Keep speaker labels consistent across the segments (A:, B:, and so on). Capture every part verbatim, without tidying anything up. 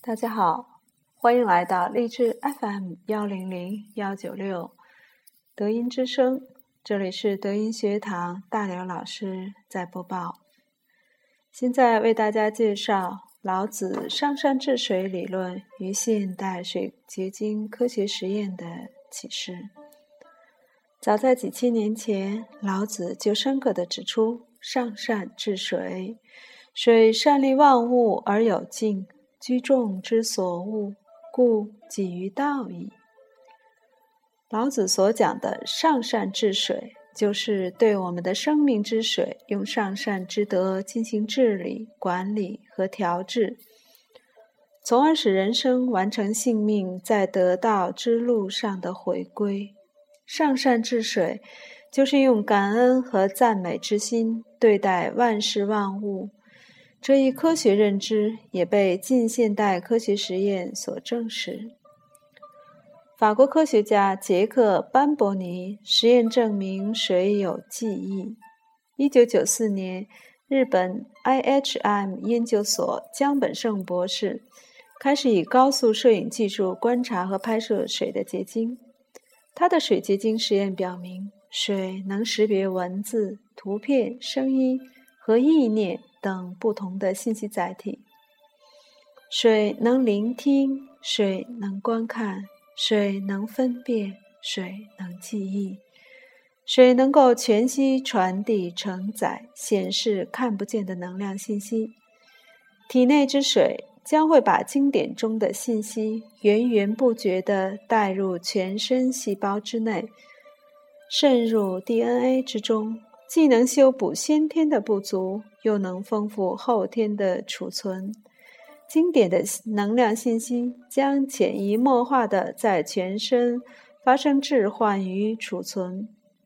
A: 大家好，欢迎来到励志 F M 一零零一九六德音之声，这里是德音学堂大刘老师在播报。现在为大家介绍老子上善治水理论与现代水结晶科学实验的启示。早在几千年前，老子就深刻地指出上善治水，水善利万物而有尽，居众之所恶，故几于道矣。老子所讲的上善治水，就是对我们的生命之水用上善之德进行治理、管理和调治，从而使人生完成性命在得道之路上的回归。上善治水，就是用感恩和赞美之心对待万事万物。这一科学认知也被近现代科学实验所证实。法国科学家杰克·班伯尼实验证明水有记忆。一九九四年，日本 I H M 研究所江本胜博士开始以高速摄影技术观察和拍摄水的结晶。他的水结晶实验表明，水能识别文字、图片、声音和意念等不同的信息载体。水能聆听，水能观看，水能分辨，水能记忆，水能够全息传递、承载、显示看不见的能量信息。体内之水将会把经典中的信息源源不绝地带入全身细胞之内，渗入 D N A 之中，既能修补先天的不足，又能丰富后天的储存。经典的能量信息将潜移默化地在全身发生置换与储存。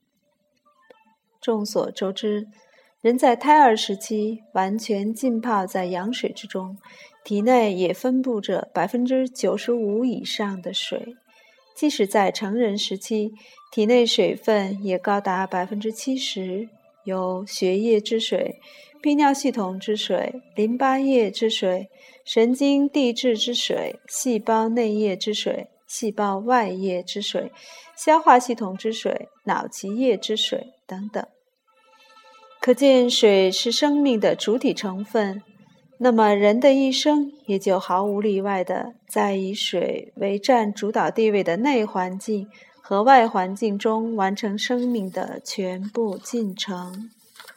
A: 众所周知，人在胎儿时期完全浸泡在羊水之中，体内也分布着 百分之九十五 以上的水。即使在成人时期，体内水分也高达 百分之七十， 有血液之水、泌尿系统之水、淋巴液之水、神经递质之水、细胞内液之水、细胞外液之水、消化系统之水、脑脊液之水等等。可见水是生命的主体成分，那么人的一生也就毫无例外的在以水为占主导地位的内环境和外环境中完成生命的全部进程。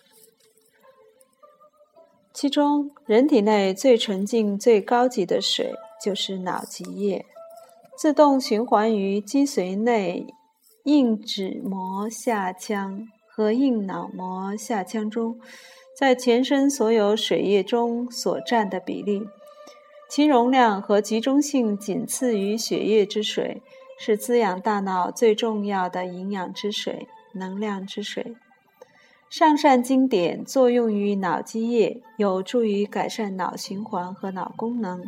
A: 其中，人体内最纯净、最高级的水就是脑脊液，自动循环于脊髓内硬脂膜下腔和硬脑膜下腔中，在全身所有水液中所占的比例，其容量和集中性仅次于血液之水，是滋养大脑最重要的营养之水、能量之水。上善经典作用于脑脊液，有助于改善脑循环和脑功能。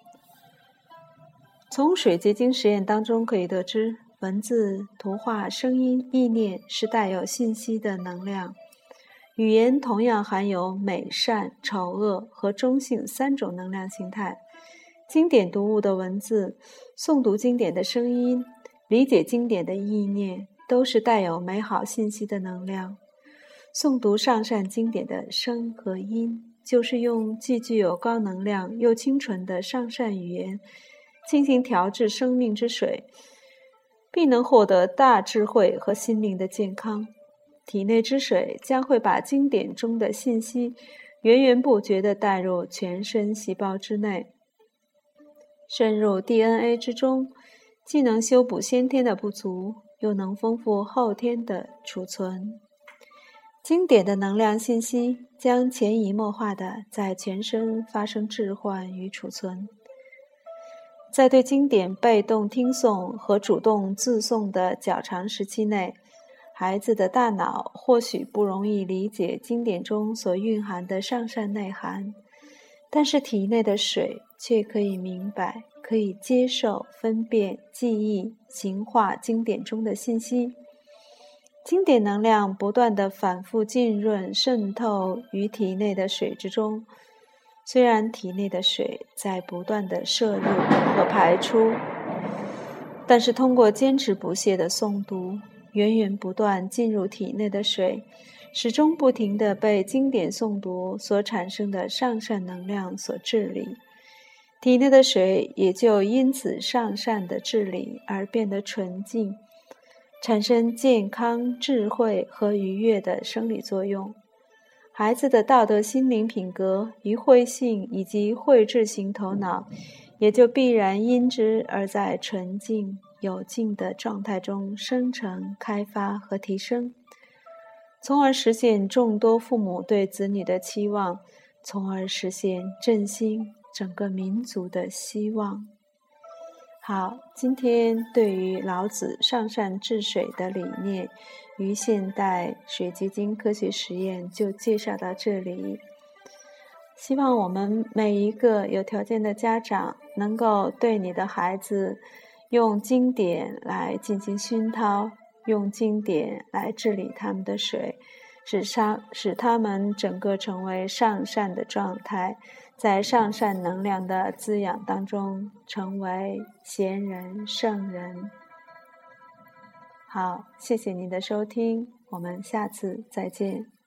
A: 从水结晶实验当中可以得知，文字、图画、声音、意念是带有信息的能量。语言同样含有美善、丑恶和中性三种能量形态。经典读物的文字、诵读经典的声音、理解经典的意念，都是带有美好信息的能量。诵读上善经典的声和音，就是用既具有高能量又清纯的上善语言进行调制生命之水，必能获得大智慧和心灵的健康。体内之水将会把经典中的信息源源不绝地带入全身细胞之内，渗入 D N A 之中，既能修补先天的不足，又能丰富后天的储存。经典的能量信息将潜移默化地在全身发生置换与储存。在对经典被动听诵和主动自诵的较长时期内，孩子的大脑或许不容易理解经典中所蕴含的上善内涵，但是体内的水却可以明白、可以接受、分辨、记忆、形化经典中的信息。经典能量不断地反复浸润渗透于体内的水之中， 虽然体内的水在不断的摄入和排出，但是通过坚持不懈的诵读，源源不断进入体内的水，始终不停地被经典诵读所产生的上善能量所治理，体内的水也就因此上善的治理而变得纯净，产生健康、智慧和愉悦的生理作用。孩子的道德心灵品格、愚慧性以及慧智型头脑，也就必然因之而在纯净、有净的状态中生成、开发和提升，从而实现众多父母对子女的期望，从而实现振兴整个民族的希望。好，今天对于老子上善治水的理念与现代水结晶科学实验就介绍到这里。希望我们每一个有条件的家长能够对你的孩子用经典来进行熏陶，用经典来治理他们的水，使他使他们整个成为上善的状态，在上善能量的滋养当中成为贤人圣人。好，谢谢您的收听，我们下次再见。